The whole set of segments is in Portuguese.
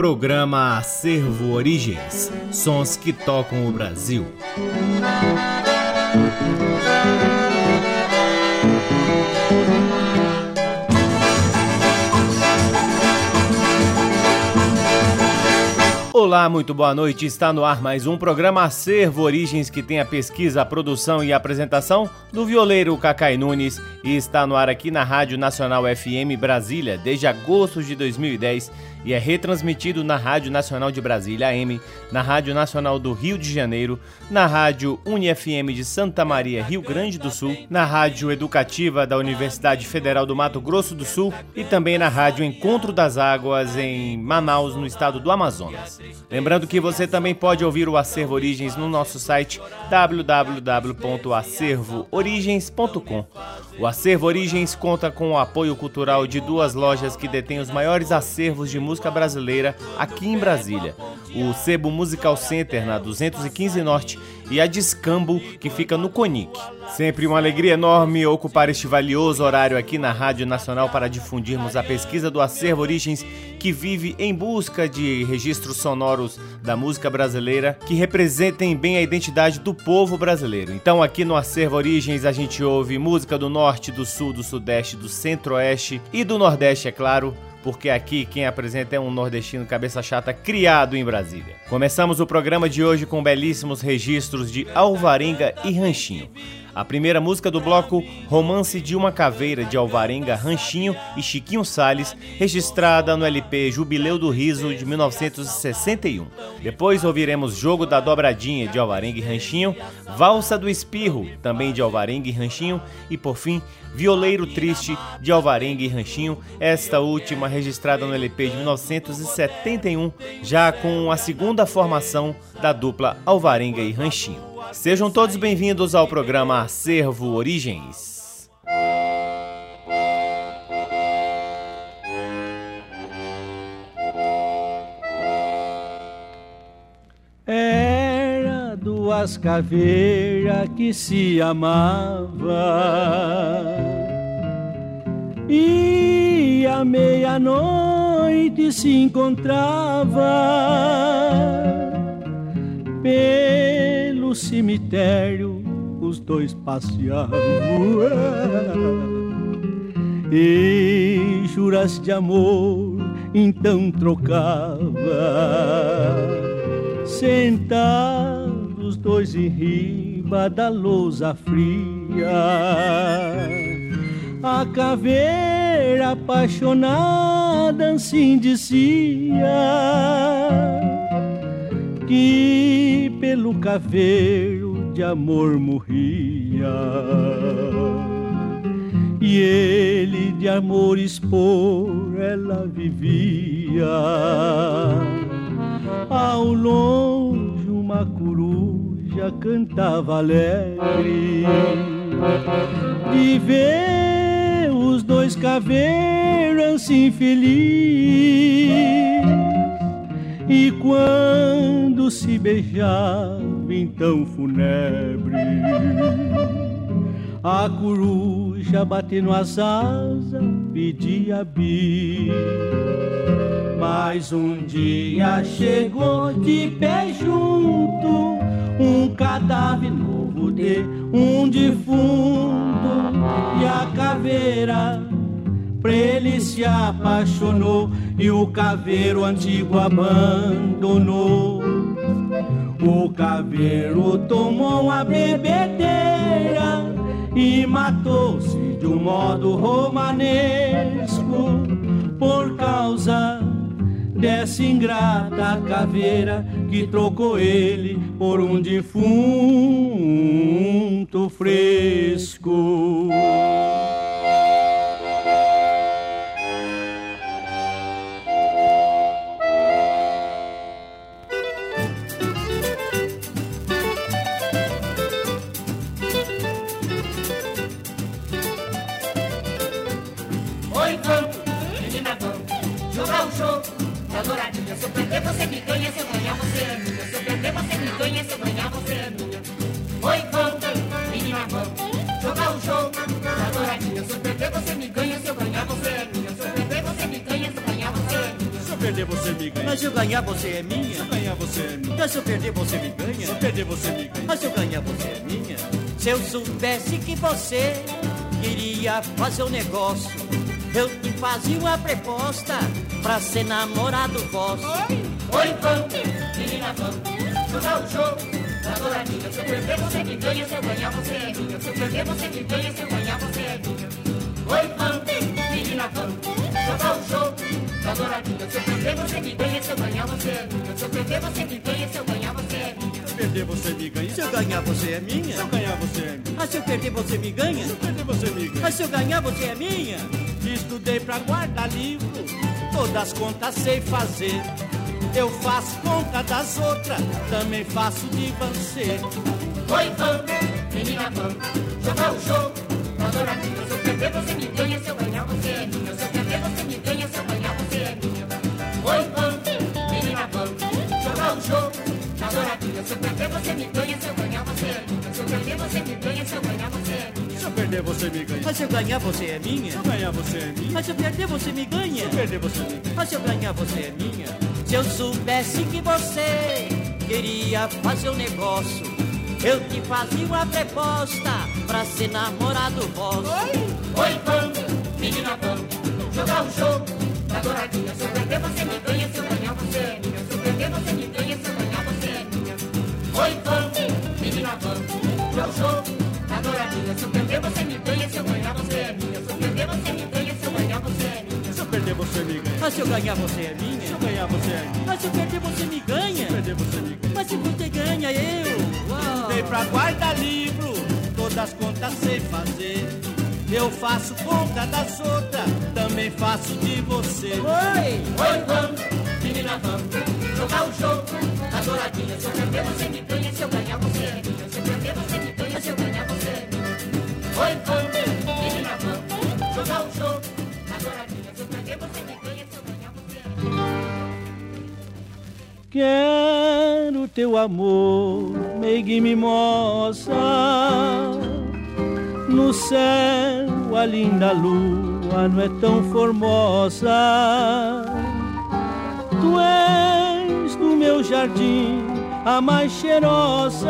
Programa Acervo Origens, sons que tocam o Brasil. Olá, muito boa noite. Está no ar mais um programa Acervo Origens, que tem a pesquisa, a produção e a apresentação do violeiro Cacai Nunes, e está no ar aqui na Rádio Nacional FM Brasília desde agosto de 2010 e é retransmitido na Rádio Nacional de Brasília AM, na Rádio Nacional do Rio de Janeiro, na Rádio UniFM de Santa Maria, Rio Grande do Sul, na Rádio Educativa da Universidade Federal do Mato Grosso do Sul e também na Rádio Encontro das Águas em Manaus, no estado do Amazonas. Lembrando que você também pode ouvir o Acervo Origens no nosso site www.acervoorigens.com. O Acervo Origens conta com o apoio cultural de duas lojas que detêm os maiores acervos de música brasileira aqui em Brasília: o Sebo Musical Center, na 215 Norte, e a Discambo, que fica no Conic. Sempre uma alegria enorme ocupar este valioso horário aqui na Rádio Nacional para difundirmos a pesquisa do Acervo Origens, que vive em busca de registros sonoros da música brasileira que representem bem a identidade do povo brasileiro. Então aqui no Acervo Origens a gente ouve música do Norte, do Sul, do Sudeste, do Centro-Oeste e do Nordeste, é claro, porque aqui quem apresenta é um nordestino cabeça chata criado em Brasília. Começamos o programa de hoje com belíssimos registros de Alvarenga e Ranchinho. A primeira música do bloco, Romance de uma Caveira, de Alvarenga, Ranchinho e Chiquinho Salles, registrada no LP Jubileu do Riso, de 1961. Depois ouviremos Jogo da Dobradinha, de Alvarenga e Ranchinho, Valsa do Espirro, também de Alvarenga e Ranchinho, e por fim, Violeiro Triste, de Alvarenga e Ranchinho, esta última registrada no LP de 1971, já com a segunda formação da dupla Alvarenga e Ranchinho. Sejam todos bem-vindos ao programa Acervo Origens. Era duas caveiras que se amavam, e à meia-noite se encontrava pelo cemitério. Os dois passeavam e juras de amor então trocava, sentados os dois em riba da lousa fria. A caveira apaixonada assim dizia que pelo caveiro de amor morria, e ele de amor expor ela vivia. Ao longe uma coruja cantava alegre de ver os dois caveiros assim felizes. E quando se beijava então fúnebre, a coruja batendo as asas pedia bis. Mas um dia chegou de pé junto um cadáver novo de um defunto, e a caveira pra ele se apaixonou e o caveiro antigo abandonou. O caveiro tomou uma bebedeira e matou-se de um modo romanesco por causa dessa ingrata caveira que trocou ele por um defunto fresco. Se eu perder você me ganha, se eu ganhar você é minha. Se eu perder você me ganha, se eu ganhar você é minha. Oi, vamos, menina, vamos jogar o jogo da douradinha. Se eu perder você me ganha, se eu ganhar você é minha. Se eu perder você me ganha, se eu ganhar você é minha. perder, você me ganha. Mas se eu ganhar, você é minha. Se eu ganhar, você é minha. Mas se eu perder, você me ganha. Se eu perder, você me ganha. Mas se eu ganhar, você é minha. Se eu soubesse que você queria fazer um negócio, eu te fazia uma proposta pra ser namorado vosso. Oi, vamos, menina, vamos jogar o jogo da douradinha. Se eu perder, você me ganha. Se eu ganhar, você é minha. Se eu perder, você me ganha. Se eu ganhar, você é minha. Oi, vamos, menina, vamos jogar o jogo da douradinha. Se eu perder, você me ganha. Se eu ganhar, você é minha. Se eu perder, você me ganha. Se eu ganhar, você é minha. Se eu perder, você me ganha. Se eu ganhar, você é minha. Se eu ganhar, você é minha. Mas se eu perder, você me ganha. Se eu perder, você me ganha. Mas se eu ganhar, você é minha. Estudei pra guardar livro, Todas as contas sei fazer. Eu faço conta das outras, também faço de você. Oi, vamos, menina, vamos jogar o jogo da douradinha. Se eu perder, você me ganha. Se eu ganhar, você é minha. Se eu perder, você me ganha. Se eu ganhar, você é minha. Oi, vamos, menina, vamos jogar o jogo da douradinha. Se eu perder, você me ganha. Se eu ganhar, você é minha. Se eu perder, você me ganha. Se eu ganhar, você é minha. se eu perder, você me ganha. Mas se eu ganhar, você é minha. Se eu ganhar, você é minha. Mas se eu perder, você me ganha. Se eu perder, você me ganha. Mas se eu ganhar, você é minha. Se eu soubesse que você queria fazer um negócio, eu te fazia uma proposta pra ser namorado vosso. Oi, vamos, menina, vamos jogar o jogo da douradinha. Se eu perder, você me ganha. Se eu ganhar, você é minha. Se eu perder, você me ganha. Se eu ganhar, você é minha. Oi, vamos, menina, vamos jogar o jogo da douradinha. Se eu perder, você me ganha. Se eu ganhar, você é minha. Se eu perder, você me ganha. Se eu ganhar, você é minha. Se eu perder, você me ganha. Mas se eu ganhar, você é minha. Se eu ganhar, você é minha. Mas se eu perder, você me ganha. Se eu perder, você me ganha. Mas se você ganha, eu. Uau. Estudei pra guardar livro, todas as contas sei fazer. Eu faço conta das outras, também faço de você. Oi! Oi, vamos, menina, vamos jogar o jogo da douradinha. Se eu perder, você me ganha. Se eu ganhar, você é minha. Se eu perder, você me ganha. Se eu ganhar, você é minha. Oi, vamos, menina, vamos jogar o jogo da douradinha. Se eu perder, você me ganha. Se eu ganhar, você é minha. Quero teu amor, meiga e mimosa. No céu a linda lua não é tão formosa. Tu és do meu jardim a mais cheirosa.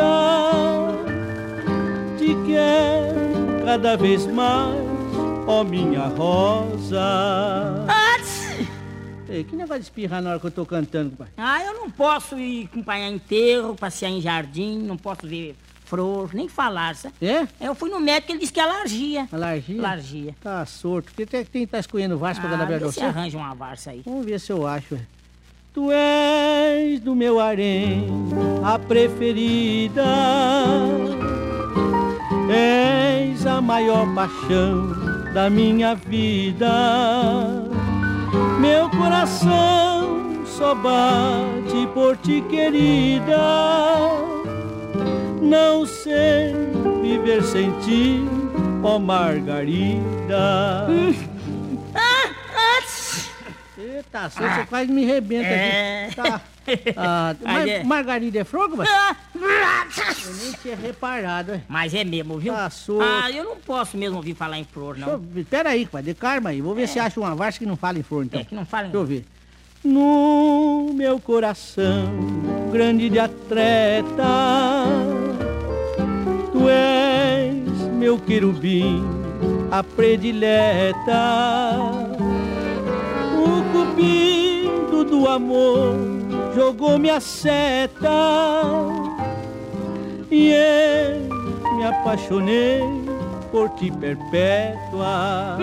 Te quero cada vez mais, ó minha rosa. Ei, que negócio de espirrar na hora que eu tô cantando, pai? Ah, eu não posso ir acompanhar enterro, passear em jardim, não posso ver flor, nem falar, sabe? É? Eu fui no médico, ele disse que é alergia. Alergia? Alergia. Tá sorto. Porque tem que estar escolhendo Vasco pra cada vê vez se você. arranja uma varsa aí. Vamos ver se eu acho. É. Tu és do meu harém a preferida. És a maior paixão da minha vida. Meu coração só bate por ti, querida. Não sei viver sem ti, ó Margarida. Eita, você quase me rebenta aqui. Tá. Margarida é frango, mas eu nem tinha reparado. Hein? Mas é mesmo, viu? Tá solto. Ah, eu não posso mesmo ouvir falar em flor, não. Pera aí, pai, calma aí. Vou ver se acha uma varsa que não fala em flor, então. É, que não fala em... Deixa eu ver. No meu coração, grande de atleta, tu és meu querubim, a predileta. O cupido do amor jogou-me a seta e eu me apaixonei por ti perpétua.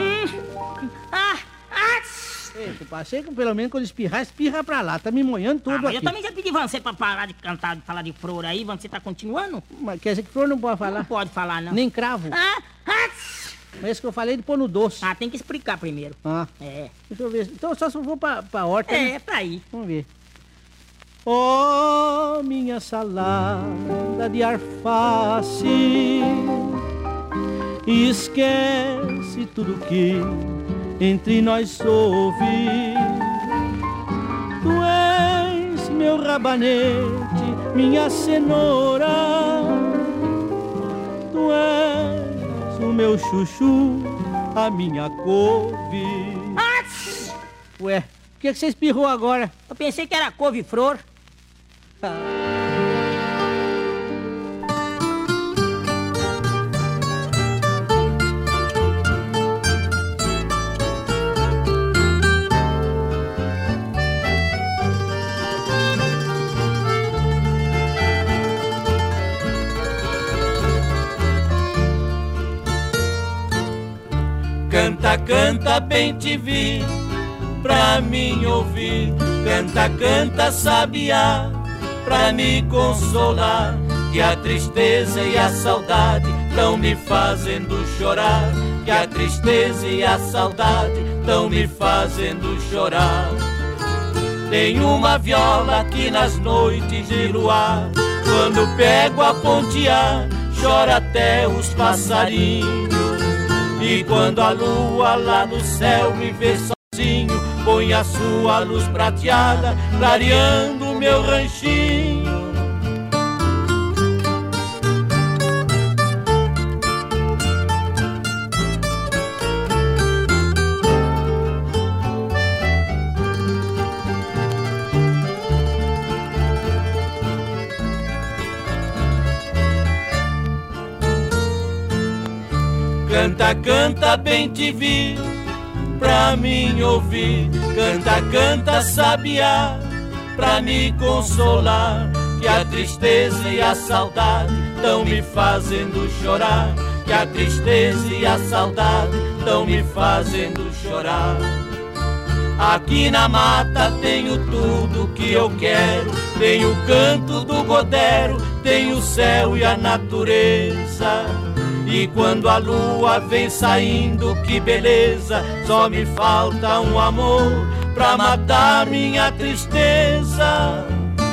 Eita, passei que pelo menos quando espirrar, espirra pra lá. Tá me molhando tudo mas aqui. eu também já pedi você pra parar de cantar, de falar de flor aí. Você tá continuando? Mas quer dizer que flor não pode falar? Não pode falar, não. Nem cravo. Mas esse que eu falei de pôr no doce. Ah, tem que explicar primeiro. Ah. É. Deixa eu ver. Então só se eu for pra horta. É, né? pra ir. Vamos ver. Oh, minha salada de alface, esquece tudo que entre nós houve. Tu és meu rabanete, minha cenoura. Tu és o meu chuchu, a minha couve. Ué, que você espirrou agora? Eu pensei que era couve-flor. Canta, canta, bem te vi, pra mim ouvir. Canta, canta, sabiá, pra me consolar. Que a tristeza e a saudade tão me fazendo chorar. Que a tristeza e a saudade tão me fazendo chorar. Tem uma viola que nas noites de luar, quando pego a pontear, chora até os passarinhos. E quando a lua lá no céu me vê sozinho, põe a sua luz prateada, clareando o meu ranchinho. Canta, canta, bem te vi, pra mim ouvir. Canta, canta, sabiá, pra me consolar. Que a tristeza e a saudade tão me fazendo chorar. Que a tristeza e a saudade tão me fazendo chorar. Aqui na mata tenho tudo que eu quero. Tenho o canto do godero, tenho o céu e a natureza. E quando a lua vem saindo, que beleza, só me falta um amor pra matar minha tristeza.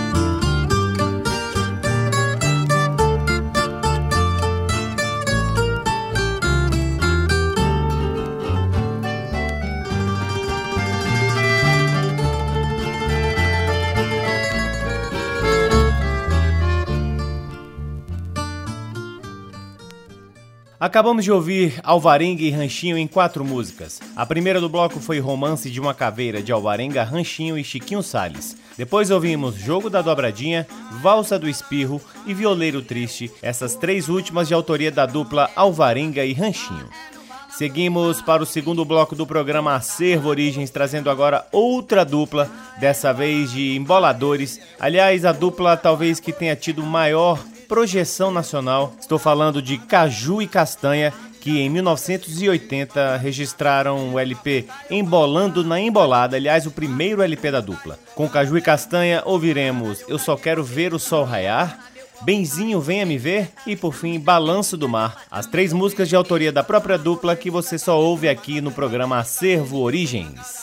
Acabamos de ouvir Alvarenga e Ranchinho em 4 músicas. A primeira do bloco foi Romance de uma Caveira, de Alvarenga, Ranchinho e Chiquinho Salles. Depois ouvimos Jogo da Dobradinha, Valsa do Espirro e Violeiro Triste, essas 3 últimas de autoria da dupla Alvarenga e Ranchinho. Seguimos para o segundo bloco do programa Acervo Origens, trazendo agora outra dupla, dessa vez de emboladores. Aliás, a dupla talvez que tenha tido maior projeção nacional. Estou falando de Caju e Castanha, que em 1980 registraram o LP Embolando na Embolada, aliás, o primeiro LP da dupla. Com Caju e Castanha ouviremos Eu Só Quero Ver o Sol Raiar, Benzinho Venha Me Ver e, por fim, Balanço do Mar. As 3 músicas de autoria da própria dupla que você só ouve aqui no programa Acervo Origens.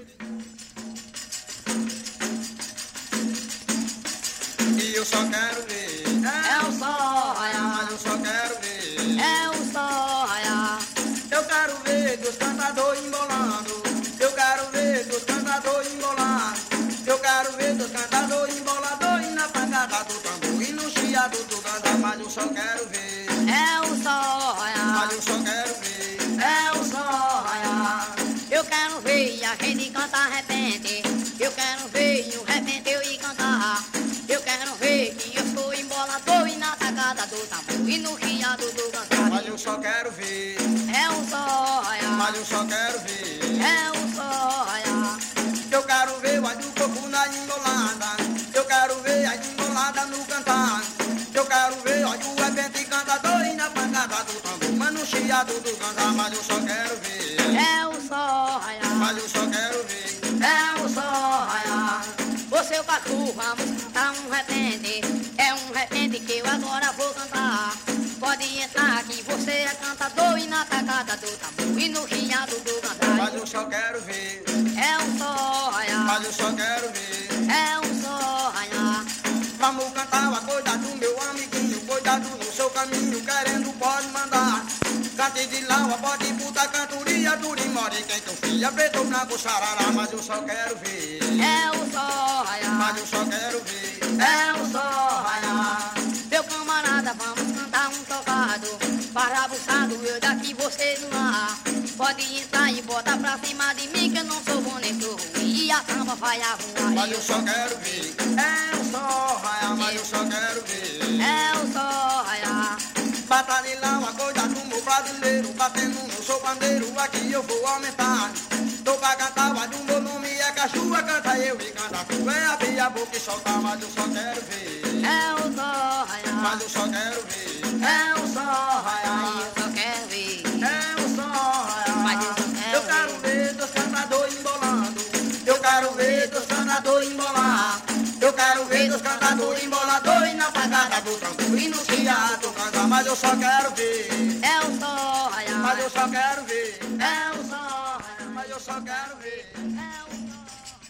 Eu só quero ver, é o sol raiar, eu só quero ver, é o sol raiar. Eu quero ver dos cantadores embolando, eu quero ver dos cantadores embolando, eu quero ver dos cantadores embolador e na pagada do tambor e no chiado do cantar, mas eu só quero ver, é o sol raiar, mas eu só quero ver, é o sol raiar. Eu quero ver a gente cantar repente, eu quero ver o repente eu ir cantar. Eu quero ver que eu sou embolador e na tacada do tambor e no riado do cantar. Mas eu só quero ver, é o sol raiar, mas eu só quero ver, é o sol raiar. eu quero ver o do coco na embolada, eu quero ver a embolada no cantar, eu quero ver o do repente cantador e na pagada do tambor, mas no chiado do cantar. Mas eu só quero ver, é o sol raiar, mas eu só quero ver, é o sol raiar. Você é o Caju, vamos cantar um repente, é um repente que eu agora vou cantar. Pode entrar que você é cantador e na tacada do tambor e no riado do cantar. mas eu só quero ver, É o sol raiar, mas eu só quero ver, é o sol raiar. vamos cantar a coisa do meu amiguinho, cuidado no seu caminho, querendo pode mandar. Cante de laua, pode puta, cantoria, turimori, quem teu filho, preto, branco, sarará. Mas eu só quero ver, É o sol raiar, mas eu só quero ver, é o sol raiar. Meu camarada, vamos cantar um tocado, para abusado, eu daqui, você do ar. Pode entrar e bota pra cima de mim, que eu não sou bom nem sou ruim. e a samba vai arrumar. Mas eu só quero ver, é o sol raiar, mas eu só quero ver, é o sol raiar. Batalhar uma coisa do meu brasileiro, batendo no seu pandeiro, aqui eu vou aumentar. Tô pra cantar, mas o meu nome é Cachua, canta eu e canta tu. Vem abrir a boca e soltar, mas eu só quero ver, é o sol raiar, mas eu só quero ver, é o sol raiar. Eu só quero ver, é o sol raiar, mas eu quero ver dos cantadores embolando, eu quero ver dos cantadores embolar, eu quero ver dos cantadores emboladores na pagada do trampo e no teatro cantar, mas eu só quero ver, é o sol raiar, mas eu só quero ver, é o sol raiar, mas eu só quero ver. é o sol.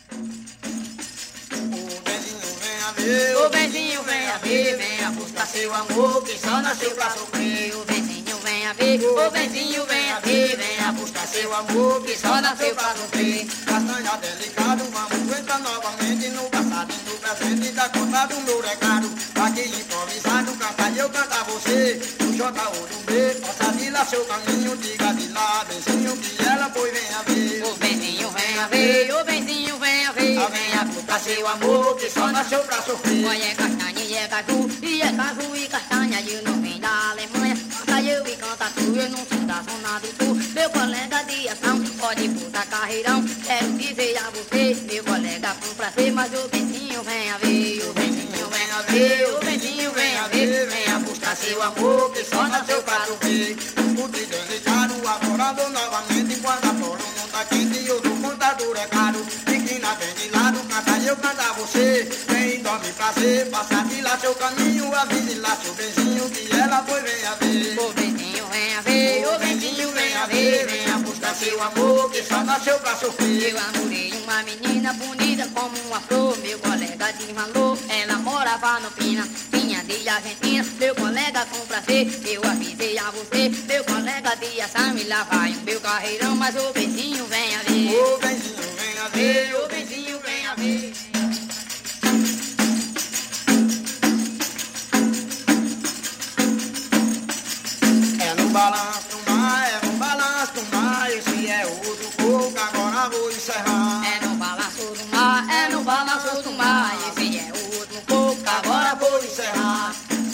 O benzinho vem a ver, O benzinho vem a ver, venha buscar seu amor que só nasceu pra sofrer. O benzinho vem a ver, o benzinho vem a ver, venha buscar seu amor que só nasceu pra sofrer. castanha delicado, vamos entrar novamente no passado e no presente, dá conta do meu recado. Aqui improvisado, canta eu, canta você, o J ou do B, possa de lá seu caminho, diga de lá, benzinho que ela foi, vem a ver. O benzinho vem a ver, o benzinho vem a ver, venha buscar seu amor que só nasceu pra sofrer. Olha, é castanha e é caju, e é caju e castanha, e eu não vem da Alemanha. Canta eu e canta tu, eu não sou da zona do sul. Meu colega de ação, pode botar carreirão. Quero dizer a você, meu colega com prazer, mas o benzinho vem a ver, o benzinho vem a ver, o benzinho vem a ver, venha buscar seu amor que só nasceu pra sofrer. O de delicado, agora vou novamente, quando a flor não tá quente, eu dou conta do recado. Fiquina bem de lado, canta eu, canta você, vem dorme prazer, passa de lá seu caminho, avise lá seu benzinho que ela foi, vem a ver. O benzinho vem a ver, o benzinho vem a ver, venha buscar seu amor que só nasceu pra sofrer. Eu namorei uma menina bonita como uma flor, meu colega de valor, ela morava no Pina, vinha de Argentina, meu colega com prazer, eu avisei a você, meu colega de ação, e lá vai o meu carreirão, mas o benzinho vem a ver. O benzinho vem a ver, O benzinho vem a ver. é no balanço do mar, é no balanço do mar, esse é outro pouco, agora vou encerrar. É no balanço do mar, é no balanço do mar, esse é o último pouco, agora vou encerrar.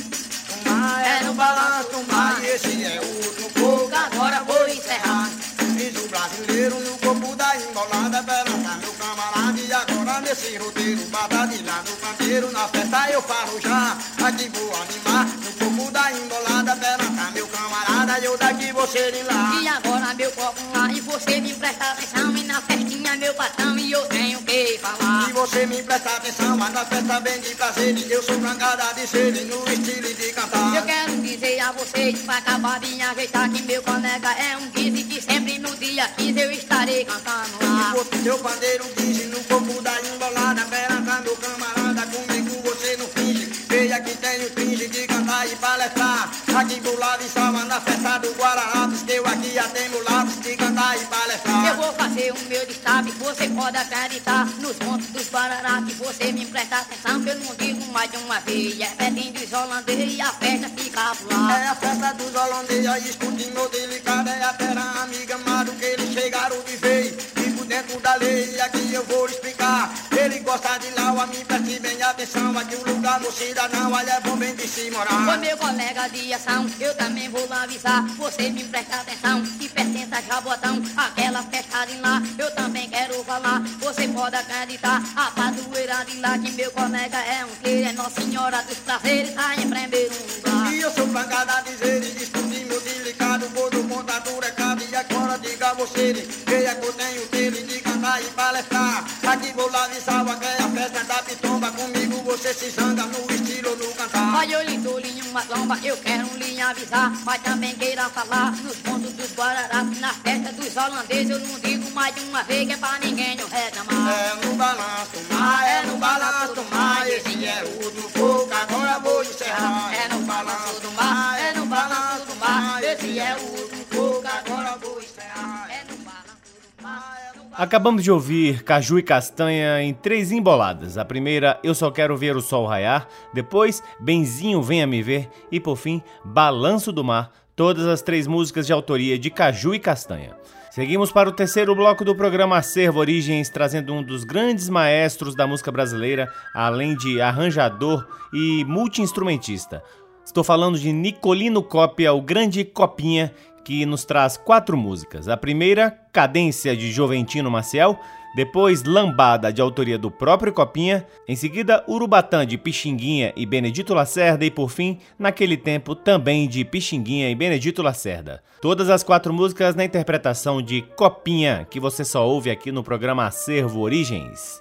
É no balanço do mar, esse é outro pouco, Agora vou encerrar. fiz o brasileiro no corpo da embolada, perguntar meu camarada, e agora nesse roteiro, bata de lá no canteiro, na festa eu falo já, aqui vou animar, no corpo da embolada, perguntar meu camarada, eu daqui você de lá. E agora meu copo lá, e você me presta atenção, e na festinha meu patrão, e eu tenho que falar. E você me presta atenção, mas na festa bem de prazer, eu sou trancada de sede, no estilo de cantar. Eu quero dizer a vocês, pra acabar de ajeitar, que meu colega é um guise, que sempre no dia 15 eu estarei cantando lá. Boto teu pandeiro, diz no corpo da embolada, peranta meu camarada, comigo você não finge, veja que tenho finge de cantar e palestrar, aqui do lado em Salva, na festa do Guararapes, que eu aqui já tenho lápis de cantar e palestrar. Eu vou fazer o meu destaque, você pode acreditar nos pontos dos Barará, que você me presta atenção, que eu não digo mais de uma vez. É festinha dos holandeses e a festa fica por lá. É a festa dos holandeses, escute meu delicado, é a terra amiga amado, que eles chegaram de vez, fico dentro da lei, aqui eu vou explicar, ele gosta de lá, a mim preste bem atenção, aqui o lugar no cidadão, olha é bom bem de se morar. Ô meu colega de ação, eu também vou lá avisar, você me presta atenção, que pertence a Jabotão, aquela festa de lá, eu também quero falar, você pode acreditar, a padroeira de lá, que meu colega é um que é Nossa Senhora dos Prazeres, tá em primeiro lugar. E eu sou francada a dizer, e escute meu delicado, vou do conta do recado, e agora diga a você, veja que eu tenho dele de cantar e palestrar, aqui vou lá de Salva, que é a festa da pitomba, comigo você se zanga no estilo do cantar. Olha, eu lhe dou uma lomba, eu quero lhe avisar, mas também queira falar nos pontos dos Guararapes, na festa dos holandeses, eu não digo mais de uma vez, que é pra ninguém não reclamar. É no balanço do mar, é no balanço do mar, esse é o do pouco, agora vou encerrar. É no balanço do mar, é no balanço do mar, esse é o último pouco, agora vou encerrar. É no balanço do mar, é no balanço. Acabamos de ouvir Caju e Castanha em 3 emboladas. A primeira, Eu Só Quero Ver o Sol Raiar. Depois, Benzinho Venha Me Ver. E por fim, Balanço do Mar, todas as 3 músicas de autoria de Caju e Castanha. Seguimos para o terceiro bloco do programa Acervo Origens, trazendo um dos grandes maestros da música brasileira, além de arranjador e multi-instrumentista. Estou falando de Nicolino Cópia, o grande Copinha, que nos traz 4 músicas. A primeira, Cadência, de Joventino Maciel. Depois, Lambada, de autoria do próprio Copinha. Em seguida, Urubatã, de Pixinguinha e Benedito Lacerda. E por fim, Naquele Tempo, também de Pixinguinha e Benedito Lacerda. Todas as 4 músicas na interpretação de Copinha, que você só ouve aqui no programa Acervo Origens.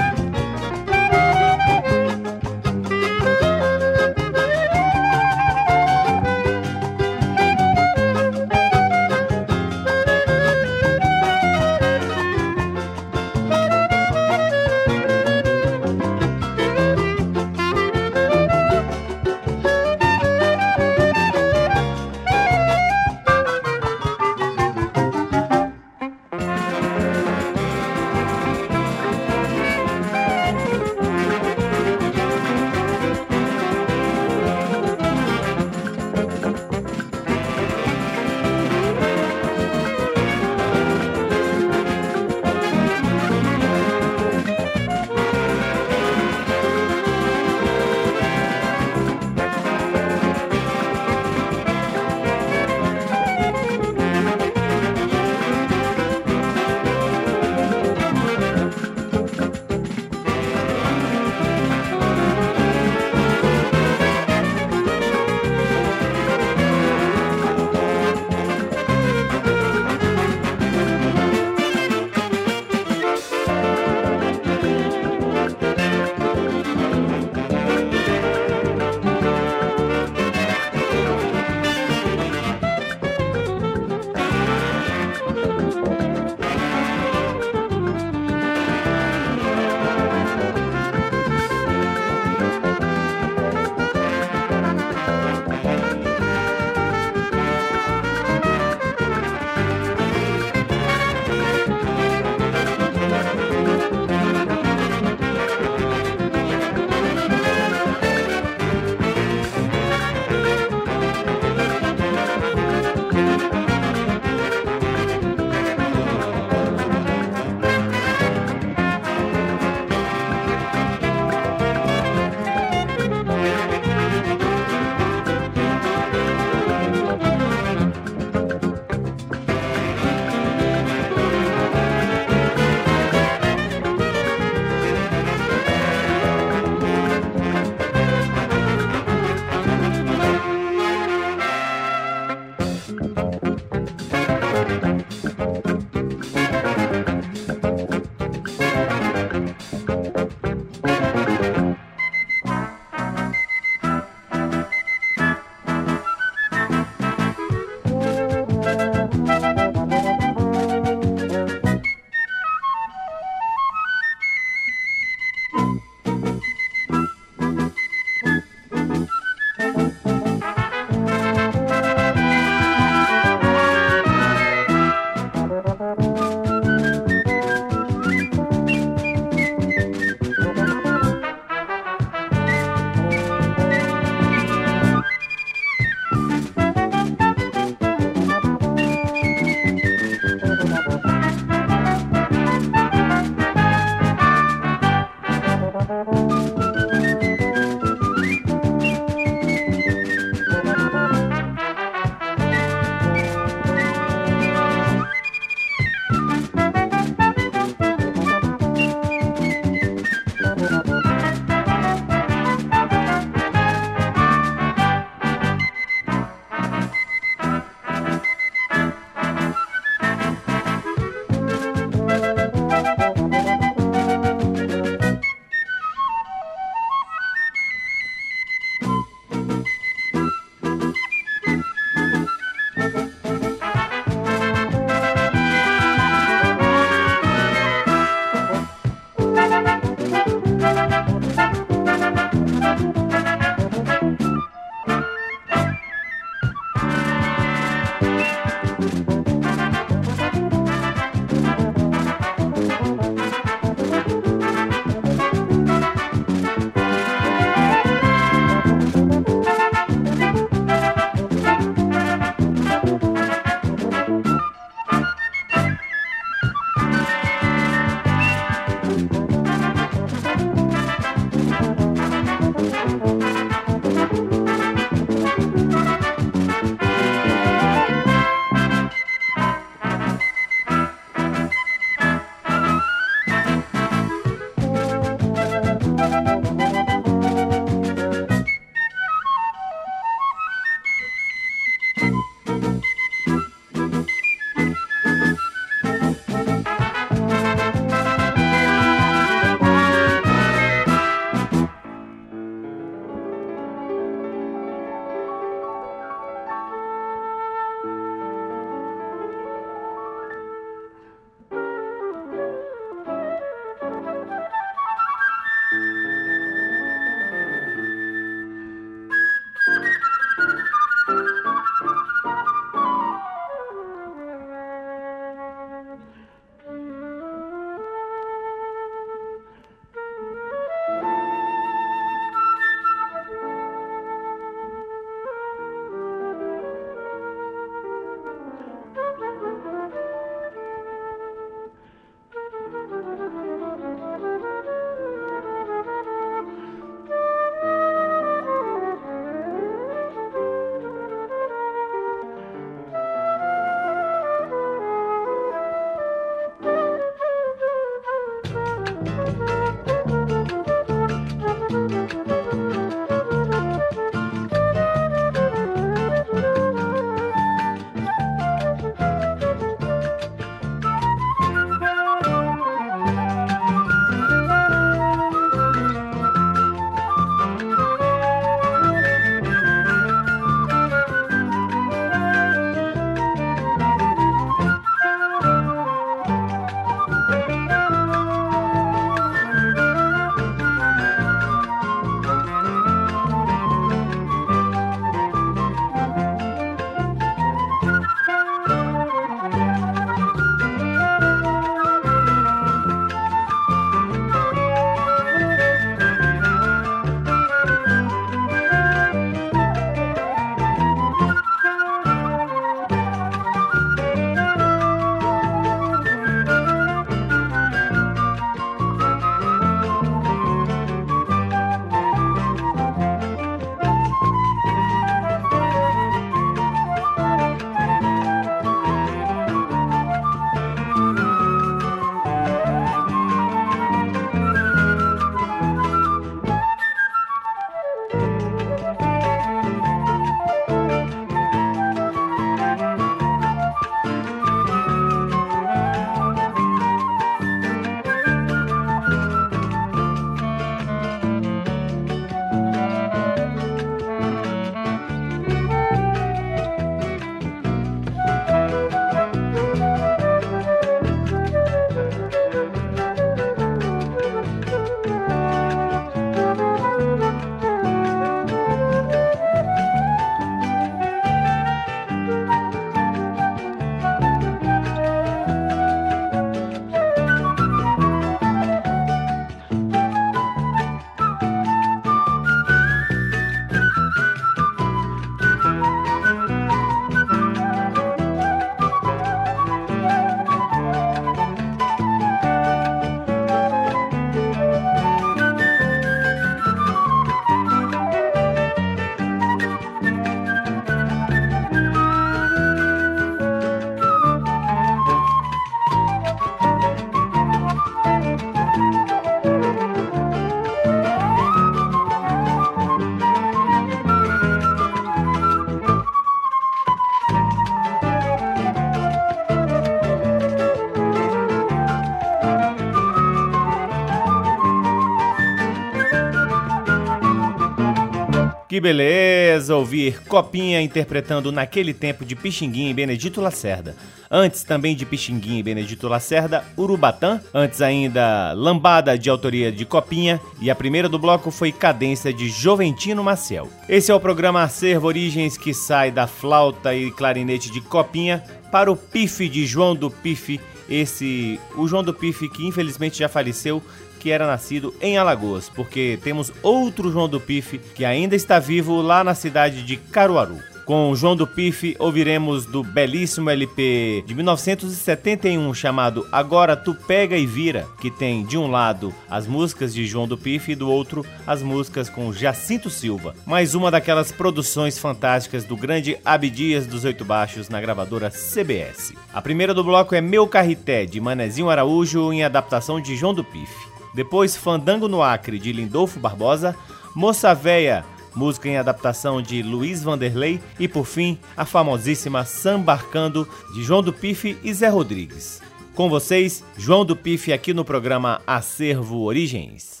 Que beleza ouvir Copinha interpretando Naquele Tempo de Pixinguinha e Benedito Lacerda. Antes também de Pixinguinha e Benedito Lacerda, Urubatã. Antes ainda Lambada de autoria de Copinha. E a primeira do bloco foi Cadência de Joventino Maciel. Esse é o programa Acervo Origens, que sai da flauta e clarinete de Copinha para o pife de João do Pife. O João do Pife que infelizmente já faleceu, que era nascido em Alagoas, porque temos outro João do Pife que ainda está vivo lá na cidade de Caruaru. Com o João do Pife, ouviremos do belíssimo LP de 1971 chamado Agora Tu Pega e Vira, que tem de um lado as músicas de João do Pife e do outro as músicas com Jacinto Silva. Mais uma daquelas produções fantásticas do grande Abdias dos Oito Baixos na gravadora CBS. A primeira do bloco é Meu Carreté, de Manezinho Araújo, em adaptação de João do Pife. Depois Fandango no Acre, de Lindolfo Barbosa, Moça Véia, música em adaptação de Luiz Vanderlei, e por fim, a famosíssima Sambarcando, de João do Pife e Zé Rodrigues. Com vocês, João do Pife, aqui no programa Acervo Origens.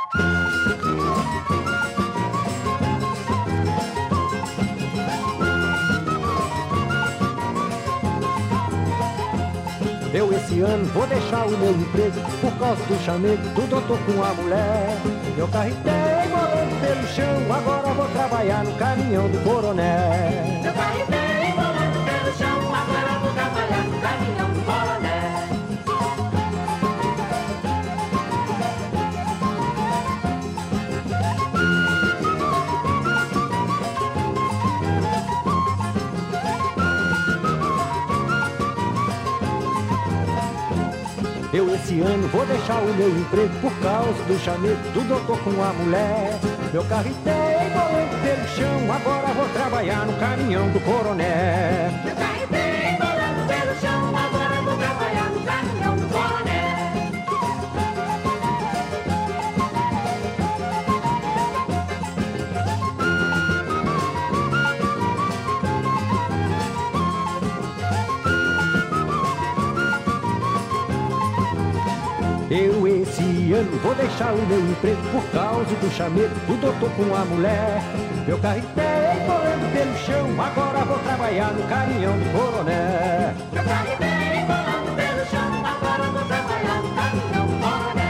Eu esse ano vou deixar o meu emprego por causa do chamego do doutor com a mulher. Meu carretei bolando pelo chão, agora vou trabalhar no caminhão do coronel. Meu carretei bolando pelo chão, agora vou trabalhar no caminhão do coronel. Eu esse ano vou deixar o meu emprego por causa do chamego do doutor com a mulher. Meu carretei bolando pelo chão, agora vou trabalhar no caminhão do coronel. Meu carretei bolando pelo chão, agora vou trabalhar no caminhão do coronel. Eu esse ano vou deixar o meu emprego por causa do chamego do doutor com a mulher. Meu carretei bolando pelo chão, agora vou trabalhar no caminhão do coronel. Meu carretei bolando pelo chão, agora vou trabalhar no caminhão do coronel.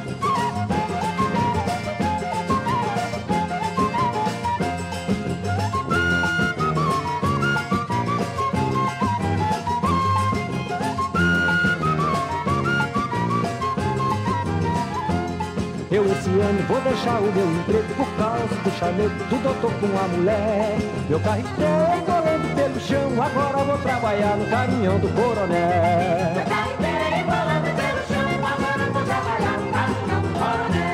Eu esse ano vou deixar o meu emprego por causa do chamego do doutor com a mulher. Meu carretei bolando pelo chão, agora vou trabalhar no caminhão do coronel. Meu carretei bolando pelo chão, agora vou trabalhar no caminhão do coronel.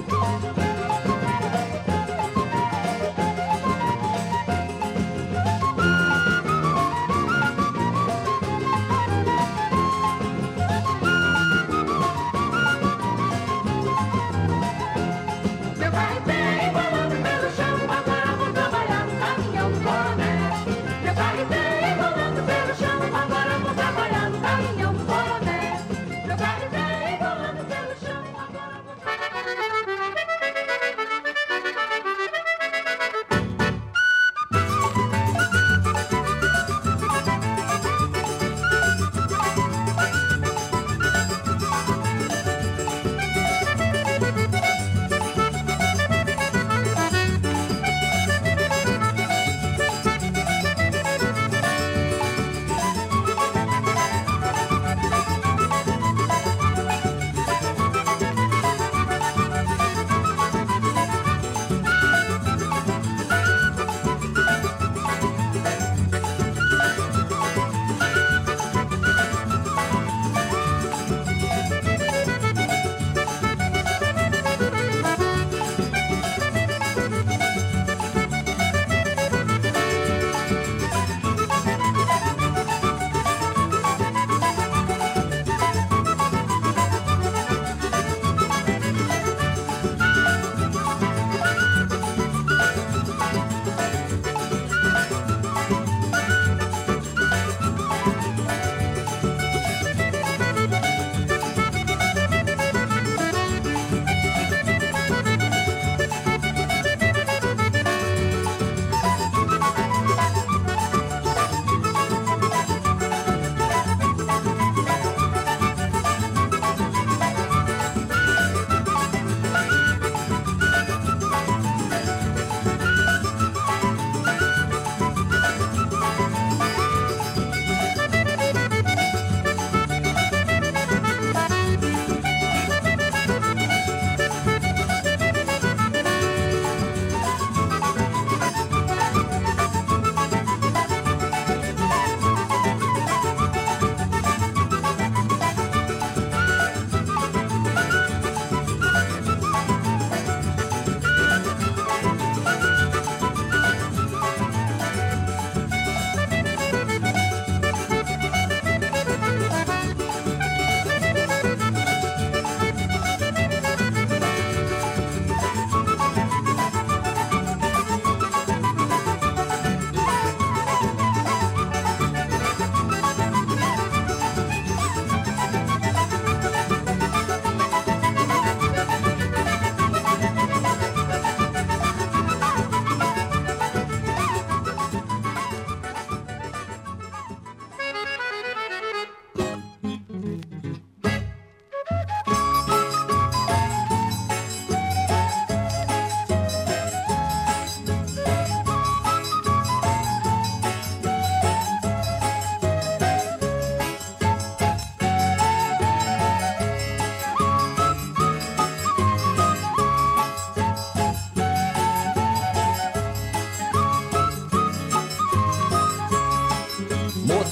Meu carretei bolando pelo chão, agora vou trabalhar no caminhão do coronel. Meu carretei bolando pelo chão, agora vou trabalhar no caminhão do coronel. Meu carretei bolando pelo chão, agora vou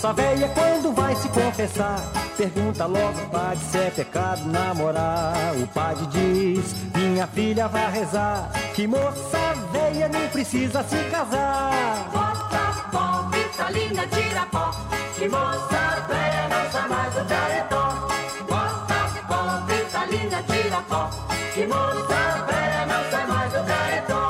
Moça velha quando vai se confessar, pergunta logo ao padre se é pecado namorar. O padre diz, minha filha vai rezar, que moça velha não precisa se casar. Bota pó, Vitalina, tira pó, que moça velha não sai mais do caretó. Bota pó, Vitalina, tira pó, que moça velha não sai mais do caretó.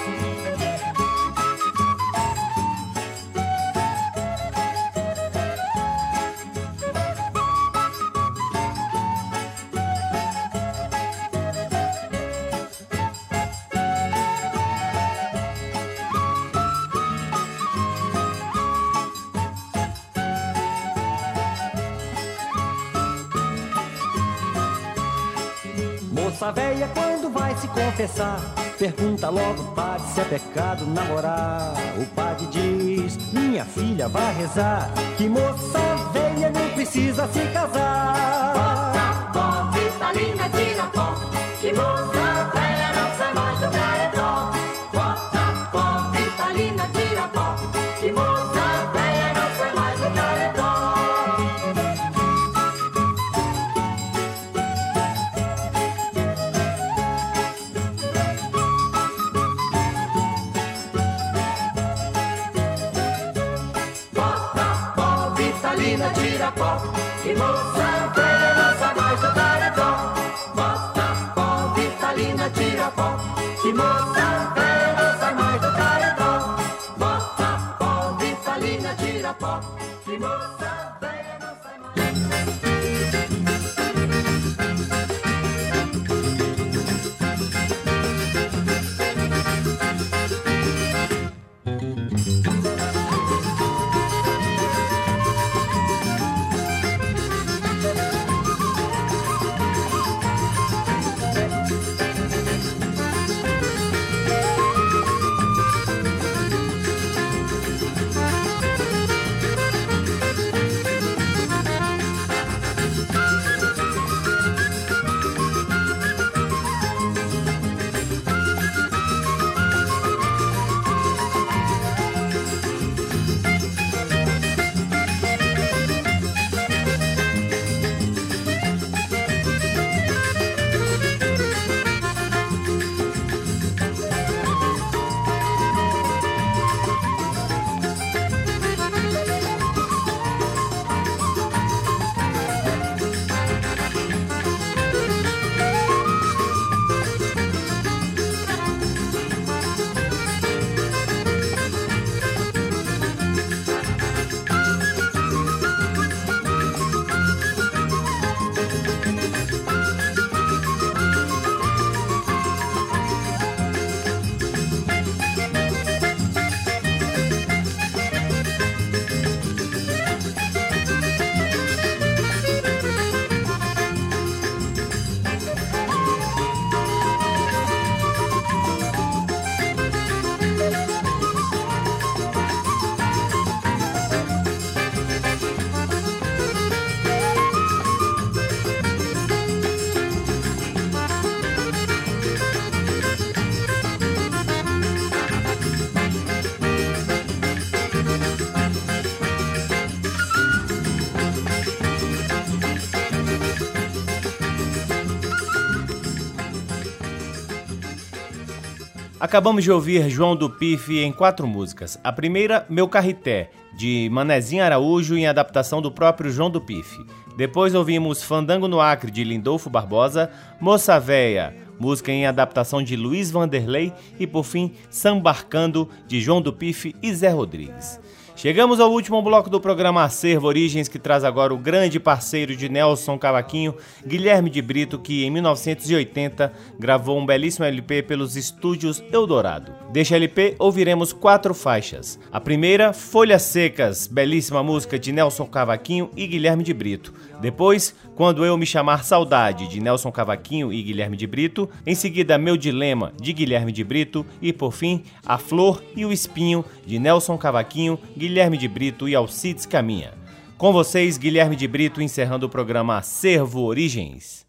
Moça velha quando vai se confessar, pergunta logo ao padre se é pecado namorar. O padre diz, minha filha vai rezar, que moça velha não precisa se casar. Bota pó, Vitalina, tira pó, que moça velha não sai mais do caretó. Bota pó, Vitalina, tira pó, que moça velha não sai mais do caretó. Tira pó, que moça velha não sai mais do caretó. Bota pó, Vitalina, tira pó, que moça velha não sai mais do caretó. Bota pó, Vitalina, tira pó, que moça velha não sai mais. Acabamos de ouvir João do Pife em 4 músicas. A primeira, Meu Carreté, de Manezinho Araújo, em adaptação do próprio João do Pife. Depois ouvimos Fandango no Acre, de Lindolfo Barbosa, Moça Véia, música em adaptação de Luiz Vanderlei, e por fim, Sambarcando, de João do Pife e Zé Rodrigues. Chegamos ao último bloco do programa Acervo Origens, que traz agora o grande parceiro de Nelson Cavaquinho, Guilherme de Brito, que em 1980 gravou um belíssimo LP pelos estúdios Eldorado. Deste LP ouviremos 4 faixas. A primeira, Folhas Secas, belíssima música de Nelson Cavaquinho e Guilherme de Brito. Depois, Quando Eu Me Chamar Saudade, de Nelson Cavaquinho e Guilherme de Brito. Em seguida, Meu Dilema, de Guilherme de Brito. E por fim, A Flor e o Espinho, de Nelson Cavaquinho, Guilherme de Brito e Alcides Caminha. Com vocês, Guilherme de Brito, encerrando o programa Acervo Origens.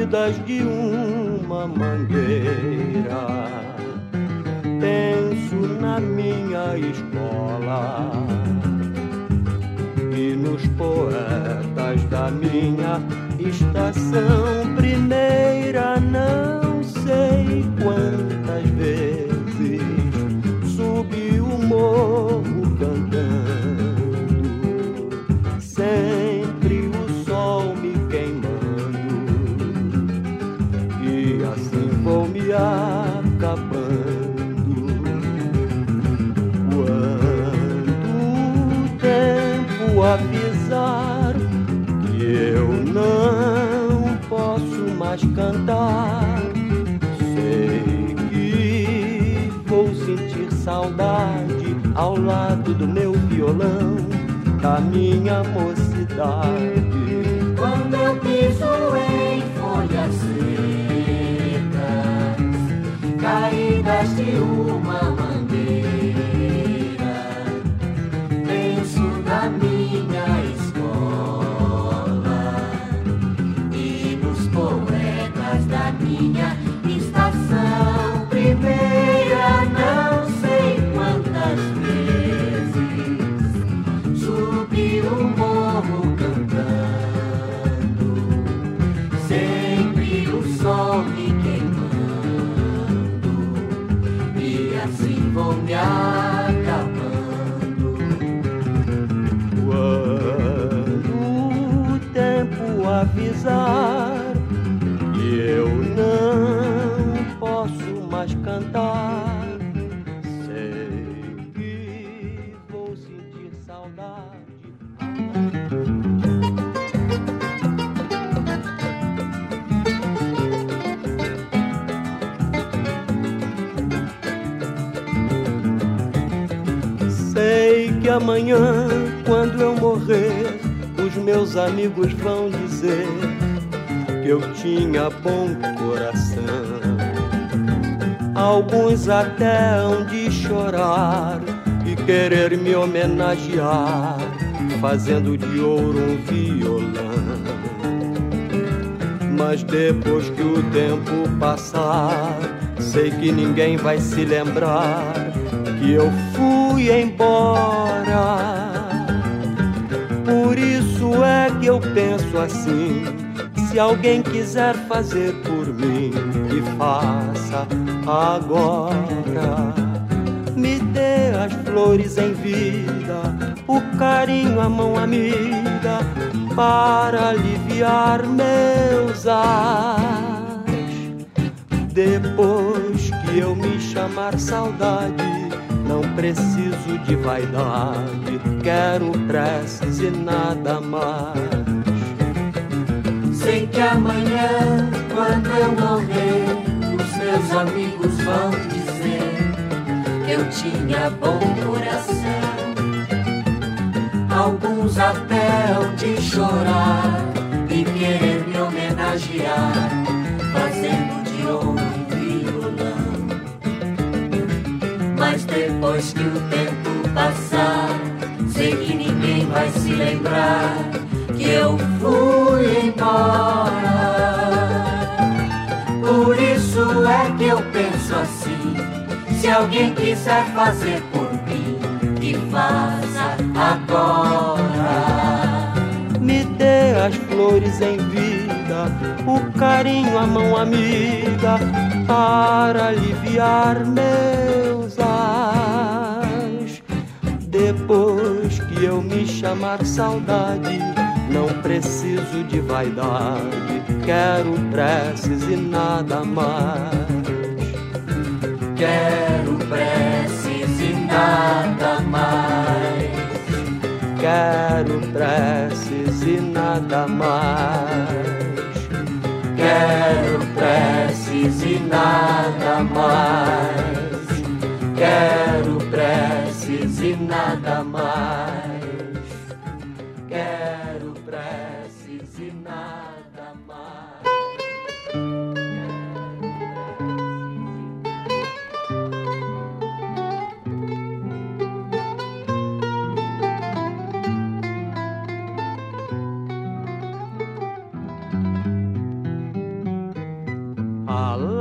caídas de uma mangueira. Penso na minha escola e nos poetas da minha estação primeira. Não sei quantas vezes subi o morro cantando, sempre o sol me queimando, e assim vou me acabando. Avisar que eu não posso mais cantar, sei que vou sentir saudade ao lado do meu violão, da minha mocidade. Quando eu piso em folhas secas, caídas de uma mangueira, da minha escola e nos poetas da minha estação primeira. Não sei quantas vezes subi o morro cantando, sempre o sol me queimando, e assim vou me acabando. Avisar que eu não posso mais cantar, sei que vou sentir saudade. Sei que amanhã, quando eu morrer, os meus amigos vão dizer que eu tinha bom coração. Alguns até hão de chorar e querer me homenagear, fazendo de ouro um violão. Mas depois que o tempo passar, sei que ninguém vai se lembrar que eu fui embora. Por isso é que eu penso assim: se alguém quiser fazer por mim, que faça agora. Me dê as flores em vida, o carinho, a mão amiga, para aliviar meus ais. Depois que eu me chamar saudade, não preciso de vaidade, quero preces e nada mais. Sei que amanhã, quando eu morrer, os meus amigos vão dizer que eu tinha bom coração. Alguns até hão de chorar e querer me homenagear, fazendo de ouro um violão. Mas depois que o tempo passar, sei que ninguém vai se lembrar que eu fui embora. Por isso é que eu penso assim: se alguém quiser fazer por mim, que faça agora. Me dê as flores em vida, o carinho, a mão amiga, para aliviar meus ais. Depois que eu me chamar saudade, não preciso de vaidade, quero preces e nada mais. Quero preces e nada mais. Quero preces e nada mais. Quero preces e nada mais. Quero preces e nada mais. Quero preces e nada mais.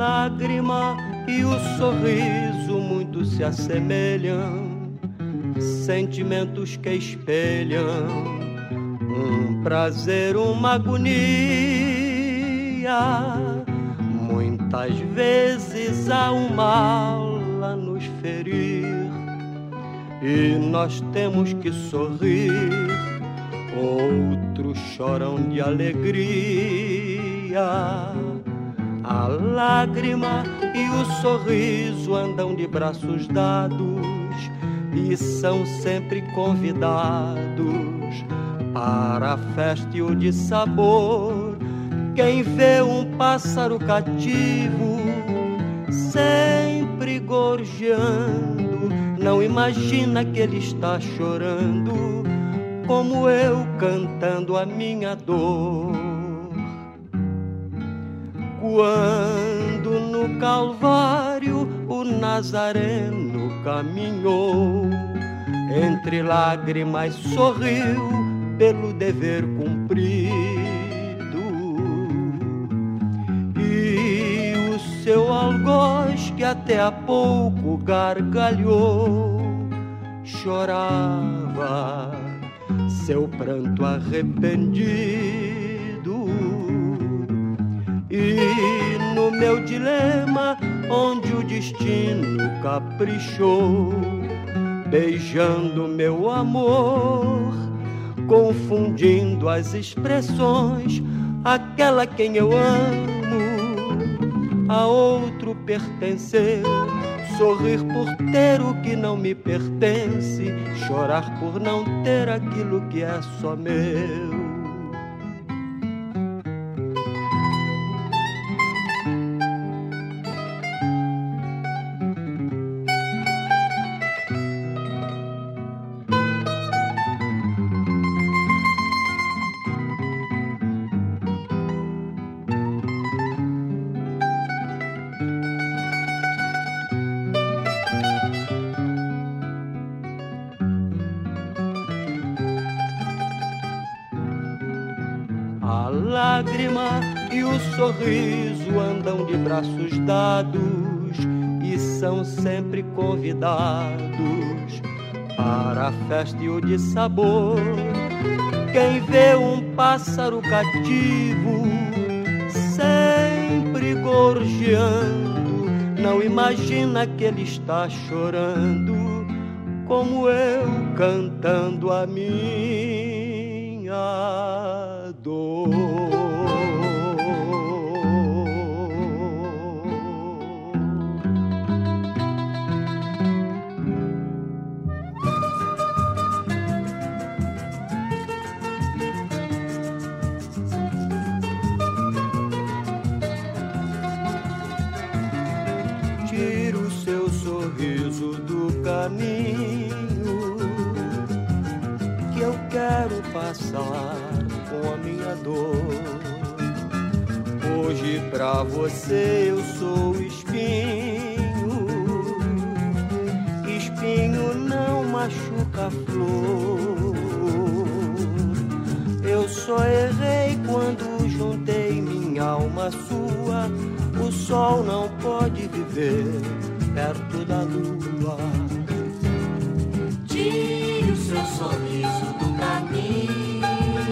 lágrima e o sorriso muito se assemelham, sentimentos que espelham um prazer, uma agonia. Muitas vezes há um mal a nos ferir e nós temos que sorrir. Outros choram de alegria. A lágrima e o sorriso andam de braços dados e são sempre convidados para a festa e o de sabor. Quem vê um pássaro cativo sempre gorjeando, não imagina que ele está chorando, como eu cantando a minha dor. Quando no Calvário o Nazareno caminhou, entre lágrimas sorriu pelo dever cumprido, e o seu algoz que até há pouco gargalhou chorava seu pranto arrependido. E no meu dilema, onde o destino caprichou, beijando meu amor, confundindo as expressões, aquela quem eu amo a outro pertenceu. Sorrir por ter o que não me pertence, chorar por não ter aquilo que é só meu. A lágrima e o sorriso andam de braços dados e são sempre convidados para a festa e o de sabor. Quem vê um pássaro cativo sempre gorjeando, não imagina que ele está chorando, como eu cantando a minha dor. Tira o seu sorriso do caminho, que eu quero passar com a minha dor. Hoje pra você eu sou espinho, espinho não machuca a flor. Eu só errei quando juntei minha alma à sua. O sol não pode viver perto da lua. Tire o seu sorriso do caminho,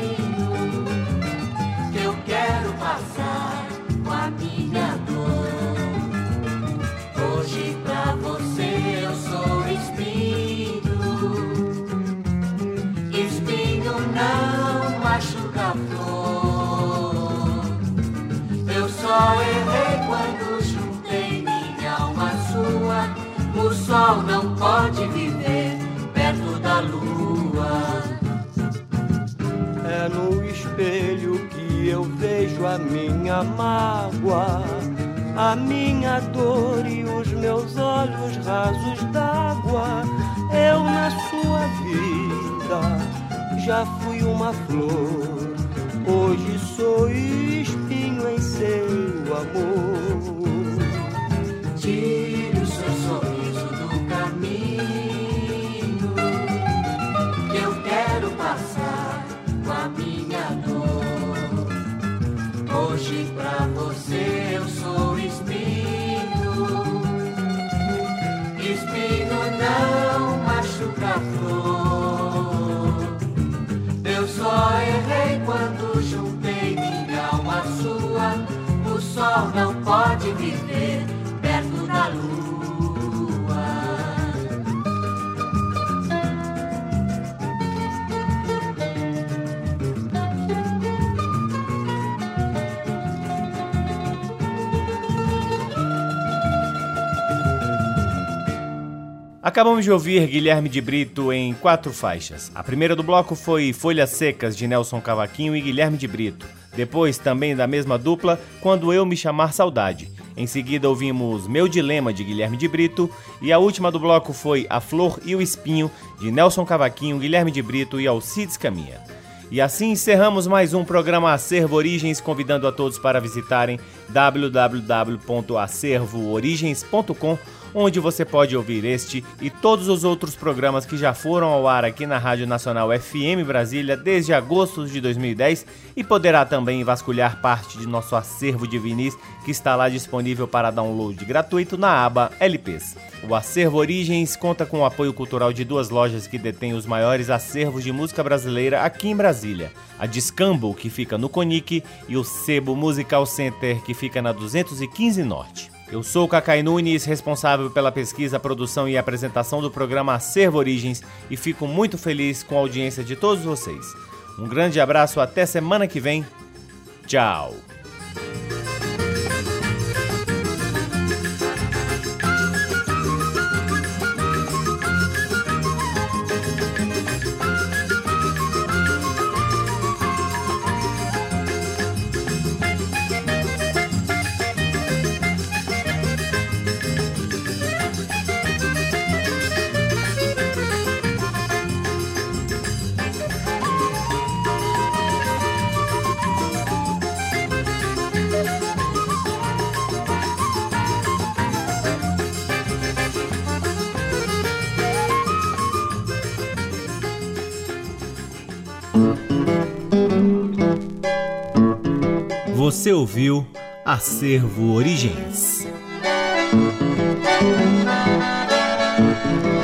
que eu quero passar com a minha dor. Hoje pra você eu sou espinho, espinho não machuca a flor. Eu só errei quando juntei minha alma à sua. O sol não pode viver perto da lua. É no espelho que eu vejo a minha mágoa, a minha dor e os meus olhos rasos d'água. Eu na sua vida já fui uma flor, hoje sou espinho em seu amor. Tire o seu sorriso do caminho, que eu quero passar com a minha dor. Hoje pra você eu sou espinho, sol não pode viver perto da lua. Acabamos de ouvir Guilherme de Brito em 4 faixas. A primeira do bloco foi Folhas Secas, de Nelson Cavaquinho e Guilherme de Brito. Depois, também da mesma dupla, Quando Eu Me Chamar Saudade. Em seguida ouvimos Meu Dilema, de Guilherme de Brito. E a última do bloco foi A Flor e o Espinho, de Nelson Cavaquinho, Guilherme de Brito e Alcides Caminha. E assim encerramos mais um programa Acervo Origens, convidando a todos para visitarem www.acervoorigens.com, onde você pode ouvir este e todos os outros programas que já foram ao ar aqui na Rádio Nacional FM Brasília desde agosto de 2010 e poderá também vasculhar parte de nosso acervo de vinis que está lá disponível para download gratuito na aba LPs. O Acervo Origens conta com o apoio cultural de 2 lojas que detêm os maiores acervos de música brasileira aqui em Brasília. A Discambo, que fica no Conic, e o Sebo Musical Center, que fica na 215 Norte. Eu sou o Cacai Nunes, responsável pela pesquisa, produção e apresentação do programa Acervo Origens, e fico muito feliz com a audiência de todos vocês. Um grande abraço, até semana que vem. Tchau! Você ouviu Acervo Origens.